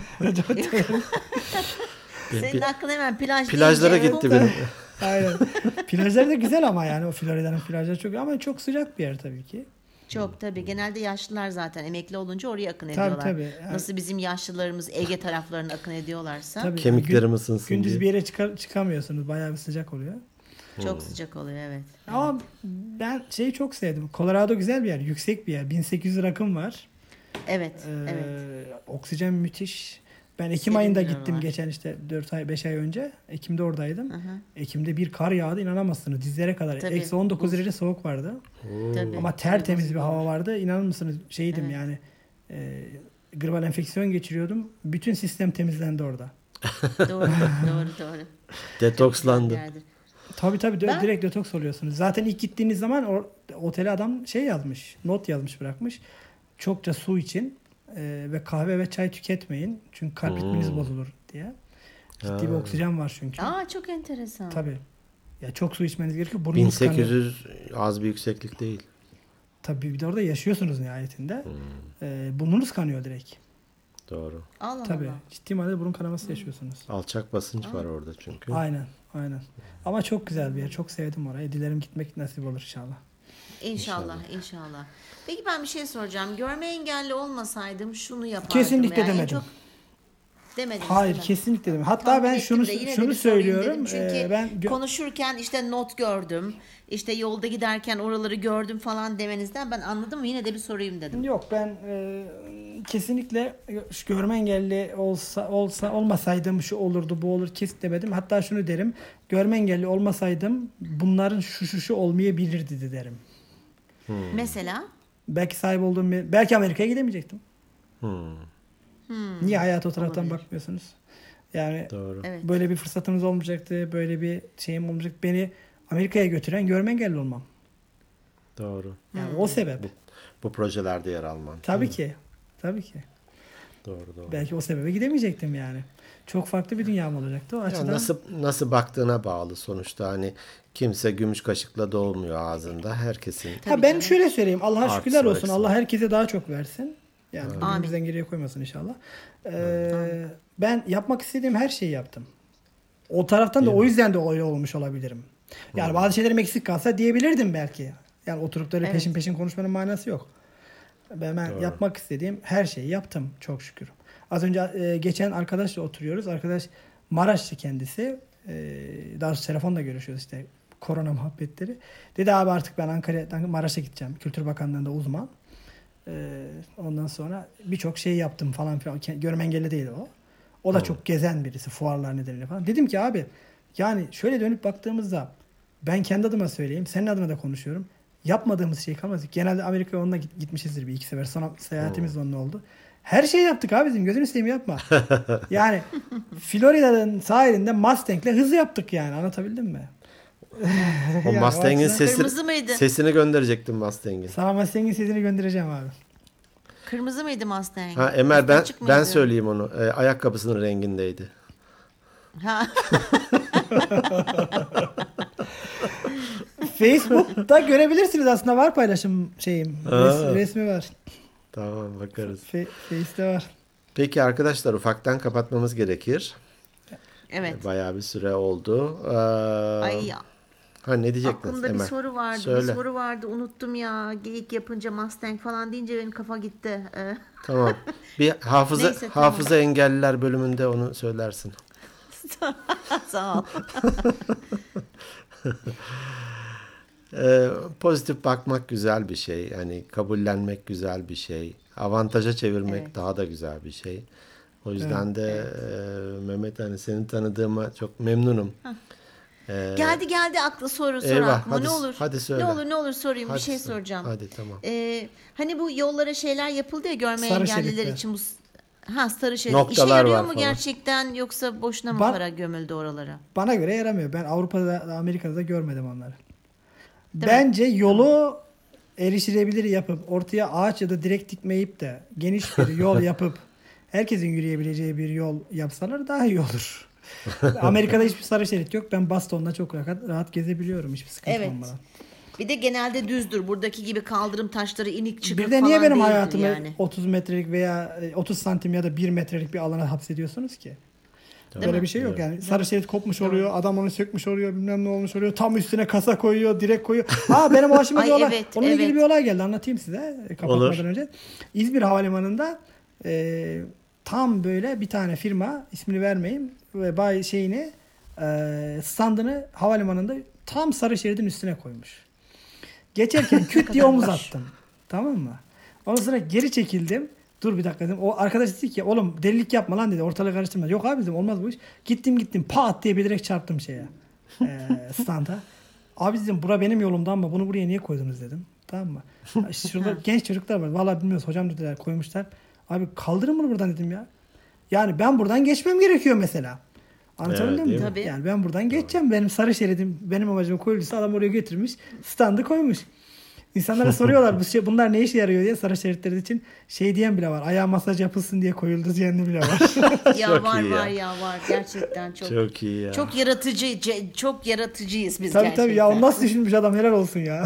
Senin aklına hemen Plajlara deyince- gitti benim. aynen. Plajlar da güzel ama yani o Florida'nın plajları çok ama çok sıcak bir yer tabii ki. Çok tabii. Genelde yaşlılar zaten emekli olunca oraya akın Tabii, ediyorlar. tabii. Yani- Nasıl bizim yaşlılarımız Ege taraflarına akın ediyorlarsa Tabii. Kemiklerim ısınsın Gündüz diye. bir yere çıkamıyorsunuz. Bayağı bir sıcak oluyor. çok sıcak oluyor evet. Ama ben şeyi çok sevdim. Colorado güzel bir yer. Yüksek bir yer. 1800 rakım var. Evet, evet. Oksijen müthiş. Ben Ekim Serin ayında bir gittim var. geçen işte 4 ay 5 ay önce. Ekim'de oradaydım. Hı hı. Ekim'de bir kar yağdı inanamazsınız. Dizlere kadar. Tabii. Eksi 19 Buz. derece soğuk vardı. Tabii. Ama tertemiz Tabii, bir buz hava olur. vardı. İnanır mısınız şeydim Evet. yani gribal enfeksiyon geçiriyordum. Bütün sistem temizlendi orada. Doğru. Detokslandı. Güzel bir yerdir. Tabii Ben- direkt detoks oluyorsunuz. Zaten ilk gittiğiniz zaman otele adam şey yazmış. Not yazmış bırakmış. Çokça su için ve kahve ve çay tüketmeyin. Çünkü kalp ritminiz bozulur diye. Ciddi bir oksijen var çünkü. Aa çok enteresan. Tabii. Ya çok su içmeniz gerekiyor. Burnunuz kanıyor. 1800 az bir yükseklik değil. Tabii bir de orada yaşıyorsunuz nihayetinde. Burnunuz kanıyor direkt. Doğru. Allah Tabii. Allah. Ciddi manada burun kanaması yaşıyorsunuz. Alçak basınç var orada çünkü. Aynen. Ama çok güzel bir yer. Çok sevdim orayı. Dilerim gitmek nasip olur inşallah. İnşallah. Peki ben bir şey soracağım. Görme engelli olmasaydım şunu yapardım. Kesinlikle yani. En demedim. çok demediniz Hayır, değil mi? kesinlikle demedim. Hatta Tahmin ben ettim de yine de şunu bir sorayım söylüyorum. dedim. Çünkü Ben konuşurken işte not gördüm. İşte yolda giderken oraları gördüm falan demenizden ben anladım yine de bir sorayım dedim. Yok ben kesinlikle şu görme engelli olmasaydım şu olurdu bu olur kesin demedim. Hatta şunu derim. Görme engelli olmasaydım bunların şu olmayabilirdi de derim. Mesela? Belki sahip olduğum belki Amerika'ya gidemeyecektim. Niye hayata o taraftan Olabilir. bakmıyorsunuz? Yani Doğru. Evet. böyle bir fırsatımız olmayacaktı. Böyle bir şeyim olmayacaktı. Beni Amerika'ya götüren görme engelli olmam. Doğru. Yani o sebep. Bu projelerde yer alman. Tabii ki. Doğru. Belki o sebebe gidemeyecektim yani. Çok farklı bir dünyam olacaktı o Ya açıdan. nasıl baktığına bağlı sonuçta, hani kimse gümüş kaşıkla doğmuyor ağzında. Herkesin Tabii Ben canım. şöyle söyleyeyim. Allah Artısı şükürler var, olsun. eksi Allah var. herkese daha çok versin. Yani Amin. birimizden geriye koymasın inşallah. Ben yapmak istediğim her şeyi yaptım. O taraftan da o yüzden de öyle olmuş olabilirim. Yani bazı şeylerim eksik kalsa diyebilirdim belki. Yani oturup da öyle Evet. peşin manın manası yok. Ben Doğru. yapmak istediğim her şeyi yaptım çok şükür. Az önce geçen arkadaşla oturuyoruz. Arkadaş Maraşlı kendisi. Daha sonra telefonla görüşüyoruz işte korona muhabbetleri. Dedi abi artık ben Ankara'dan Maraş'a gideceğim. Kültür Bakanlığı'nda uzman. Ondan sonra birçok şey yaptım falan filan. Görme engelli değil o. O da çok gezen birisi fuarlar nedeniyle falan. Dedim ki abi yani şöyle dönüp baktığımızda ben kendi adıma söyleyeyim. Senin adına da konuşuyorum. Yapmadığımız şey kalmaz. Genelde Amerika'ya onunla gitmişizdir bir iki sefer. Son seyahatimiz de onunla oldu. Her şeyi yaptık abi bizim. Gözünü seveyim yapma. Yani Florida'nın sahilinde Mustang'le hız yaptık yani. Anlatabildim mi? O Yani Mustang'in o açıdan- Kırmızı mıydı? sesini gönderecektim Mustang'in. Sana Mustang'in sesini göndereceğim abi. Kırmızı mıydı Mustang? Ha Emel Açık ben mıydı? söyleyeyim onu. Ayakkabısının rengindeydi. Ha. Facebook'ta görebilirsiniz aslında, var paylaşım şeyim. Resmi var. Tamam bakarız. Face'te var. Peki arkadaşlar ufaktan kapatmamız gerekir. Evet. Bayağı bir süre oldu. Ay ya. Ha ne diyecektiniz Aklımda Emel? bir soru vardı. Söyle. Bir soru vardı. Unuttum ya. Geyik yapınca Mustang falan deyince benim kafa gitti. Tamam. Bir hafıza Neyse, tamam. hafıza engelliler bölümünde onu söylersin. Sağ ol. Pozitif bakmak güzel bir şey. Yani kabullenmek güzel bir şey. Avantaja çevirmek Evet. daha da güzel bir şey. O yüzden de Mehmet hani seni tanıdığıma çok memnunum. Geldi aklı soru Eyvah, aklıma. hadi- Ne olur. hadi söyle. Ne olur sorayım. Hadi bir şey sor. soracağım. Hadi tamam. Hani bu yollara şeyler yapıldı ya, görme Sarı engelliler şeritler. için bu sarı şerit. Noktalar İşe yarıyor var mu falan. gerçekten, yoksa boşuna mı Bak- para gömüldü oralara? Bana göre yaramıyor. Ben Avrupa'da, Amerika'da da görmedim onları. Değil mi? Bence yolu erişilebilir yapıp ortaya ağaç ya da direkt dikmeyip de geniş bir yol yapıp herkesin yürüyebileceği bir yol yapsalar daha iyi olur. Amerika'da hiçbir sarı şerit yok. Ben Boston'da çok rahat gezebiliyorum. Hiçbir sıkıntı Evet. olmadan. Bir de genelde düzdür. Buradaki gibi kaldırım taşları inik çıkık Bir de falan niye benim değildir hayatımı yani. 30 metrelik veya 30 santim ya da 1 metrelik bir alana hapsediyorsunuz ki? Böyle mi? bir şey yok Evet. yani. Sarı şerit kopmuş oluyor, adam onu sökmüş oluyor, bilmem ne olmuş oluyor. Tam üstüne kasa koyuyor, direkt koyuyor. Benim başıma Ay, bir olay. evet, Onunla ilgili evet. bir olay geldi, anlatayım size kapatmadan Olur. önce. İzmir Havalimanı'nda tam böyle bir tane firma, ismini vermeyeyim, ve standını havalimanında tam sarı şeridin üstüne koymuş. Geçerken küt diye omuz attım. Tamam mı? Ondan sonra geri çekildim. Dur bir dakika dedim. O arkadaş dedi ki oğlum delilik yapma lan dedi. Ortalığı karıştırma. Yok abi dedim, olmaz bu iş. Gittim pat diye bir direkt çarptım şeye. Standa. Abi dedim bura benim yolumdan mı? Bunu buraya niye koydunuz dedim. Tamam mı? Şurada genç çocuklar var. Vallahi bilmiyoruz hocam dediler, koymuşlar. Abi kaldırın bunu buradan dedim ya. Yani ben buradan geçmem gerekiyor mesela. Anlatabildim Evet, mi? değil mi? Tabii. Yani ben buradan geçeceğim. Benim sarı şeridim, benim amacım koyulduysa adam oraya getirmiş. Standı koymuş. İnsanlara soruyorlar bunlar ne işe yarıyor diye, sarı şeritler için şey diyen bile var. Ayağa masaj yapılsın diye koyuldu diyen bile var. Ya Çok var iyi ya. var ya var. Gerçekten çok. Çok iyi ya. Çok çok yaratıcıyız biz tabii gerçekten. tabii ya, onu nasıl düşünmüş adam, helal olsun ya.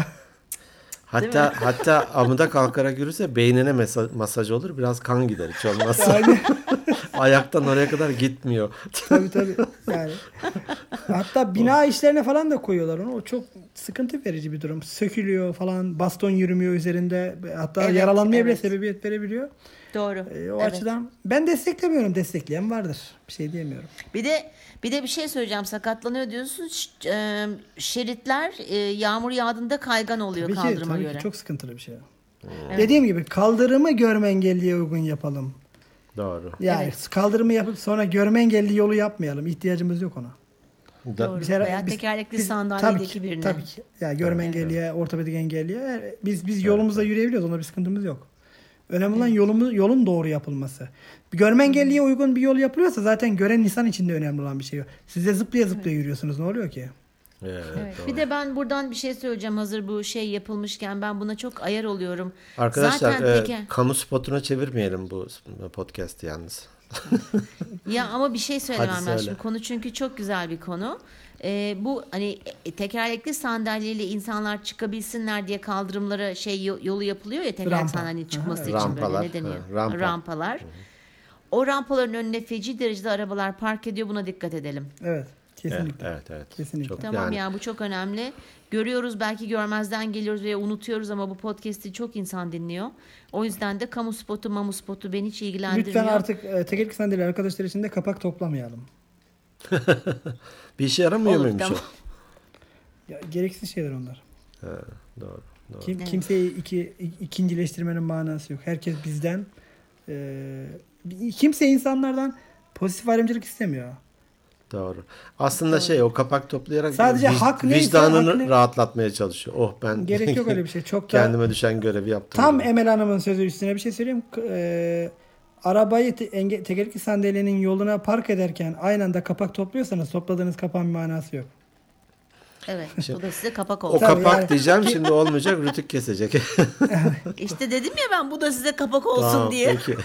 Hatta amuda kalkarak yürürse beynine masaj olur. Biraz kan gider hiç olmazsa. Yani Ayaktan oraya kadar gitmiyor. tabii yani. Hatta bina işlerine falan da koyuyorlar onu. O çok sıkıntı verici bir durum. Sökülüyor falan, baston yürümüyor üzerinde. Hatta Evet, yaralanmaya bile evet. sebebiyet verebiliyor. Doğru. O Evet. açıdan ben desteklemiyorum. Destekleyen vardır. Bir şey diyemiyorum. Bir de bir şey söyleyeceğim. Sakatlanıyor diyorsun. Şeritler yağmur yağdığında kaygan oluyor kaldırıma tabii göre. ki çok sıkıntılı bir şey. Evet. Dediğim gibi kaldırımı görme engelliye uygun yapalım. Doğru. Yani Evet. kaldırımı yapıp sonra görme engelli yolu yapmayalım. İhtiyacımız yok ona. Doğru. Veya tekerlekli sandalyedeki birine. Tabii ki. Yani görme engelliye, ortopedik engelliye biz yolumuzda yürüyebiliyoruz. Onda bir sıkıntımız yok. Önemli olan yolun doğru yapılması. Bir görme engelliye uygun bir yol yapılıyorsa zaten gören insan için de önemli olan bir şey. Siz de zıplaya yürüyorsunuz. Ne oluyor ki? Evet, Evet. doğru. Bir de ben buradan bir şey söyleyeceğim, hazır bu şey yapılmışken ben buna çok ayar oluyorum. Arkadaşlar Zaten kamu spotuna çevirmeyelim bu podcast'i yalnız. Ya ama bir şey söylemem Hadi lazım. söyle. Şimdi konu çünkü çok güzel bir konu. Bu hani tekerlekli sandalyeyle insanlar çıkabilsinler diye kaldırımlara yolu yapılıyor ya, tekerlekli Rampa. sandalyenin çıkması Aha, için rampalar. böyle ne deniyor? Ha, rampa. Rampalar. O rampaların önüne feci derecede arabalar park ediyor. Buna dikkat edelim. Evet. Kesinlikle. Evet. Kesinlikle. Çok Tamam ya, bu çok önemli. Görüyoruz, belki görmezden geliyoruz veya unutuyoruz ama bu podcast'i çok insan dinliyor. O yüzden de kamu spotu, mamu spotu beni hiç ilgilendirmiyor. Lütfen artık tekerlekli sandalye arkadaşlar için de kapak toplamayalım. Bir işe yaramıyor Olur, muymuş tamam. Ya, gereksiz şeyler onlar. o? Ha, doğru. Evet. Kimseyi ikincileştirmenin manası yok. Herkes bizden kimse insanlardan pozitif ayrımcılık istemiyor. Doğru. Aslında o kapak toplayarak Sadece hak neyse, vicdanını hak ne- rahatlatmaya çalışıyor. Oh ben Gerek yok öyle bir şey. Çok da kendime düşen görevi yaptım. tam diyor. Emel Hanım'ın sözü üstüne bir şey söyleyeyim. arabayı tekerlekli sandalyenin yoluna park ederken aynı anda kapak topluyorsanız topladığınız kapağın bir manası yok. Evet. Bu da size kapak O oldu. Tabii kapak yani. diyeceğim, şimdi olmayacak, Rütük kesecek. İşte dedim ya ben bu da size kapak olsun Tamam, diye. peki.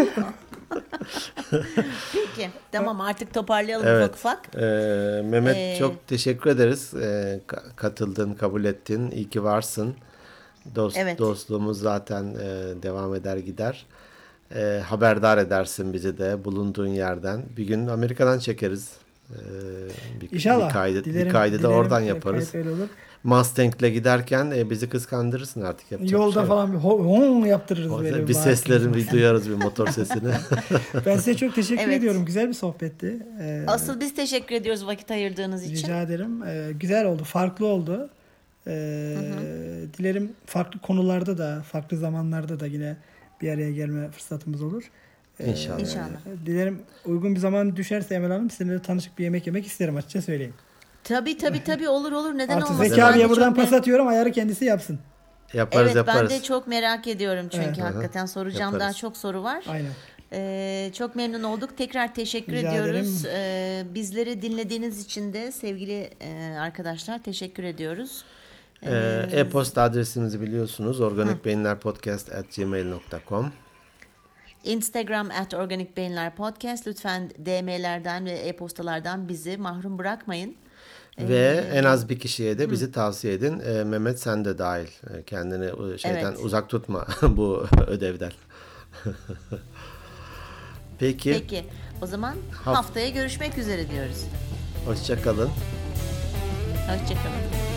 Peki. Tamam artık toparlayalım Evet. ufak ufak. Mehmet, çok teşekkür ederiz. Katıldın, kabul ettin. İyi ki varsın. Evet. Dostluğumuz zaten devam eder gider. Haberdar edersin bizi de bulunduğun yerden. Bir gün Amerika'dan çekeriz. İnşallah. Bir kaydı da oradan yaparız. Öyle olur. Mustang'le giderken bizi kıskandırırsın artık. Yapacak Yolda bir şey yok. falan bir hon yaptırırız böyle. Bir seslerini bir duyarız, bir motor sesini. Ben size çok teşekkür Evet. ediyorum. Güzel bir sohbetti. Asıl biz teşekkür ediyoruz vakit ayırdığınız için. Rica ederim. Güzel oldu. Farklı oldu. Dilerim farklı konularda da, farklı zamanlarda da yine bir araya gelme fırsatımız olur. İnşallah. İnşallah. Dilerim uygun bir zaman düşerse Emel Hanım sizinle tanışıp bir yemek yemek isterim, açıkça söyleyeyim. Tabii olur. Neden Artık olmasın? Zeki Ben abiye de buradan çok pas atıyorum, ayarı kendisi yapsın. Yaparız. ben de çok merak ediyorum çünkü Evet. hakikaten soracağım Yaparız. daha çok soru var. Aynen. Çok memnun olduk. Tekrar teşekkür Rica ediyoruz. Bizleri dinlediğiniz için de sevgili arkadaşlar teşekkür ediyoruz. E-posta adresimizi biliyorsunuz. organikbeyinlerpodcast@gmail.com. Instagram @organikbeyinlerpodcast. Lütfen DM'lerden ve e-postalardan bizi mahrum bırakmayın. Ve en az bir kişiye de bizi tavsiye edin. Mehmet, sen de dahil. Kendini şeyden Evet. uzak tutma bu ödevden. Peki. O zaman haftaya görüşmek üzere diyoruz. Hoşça kalın. Hoşçakalın.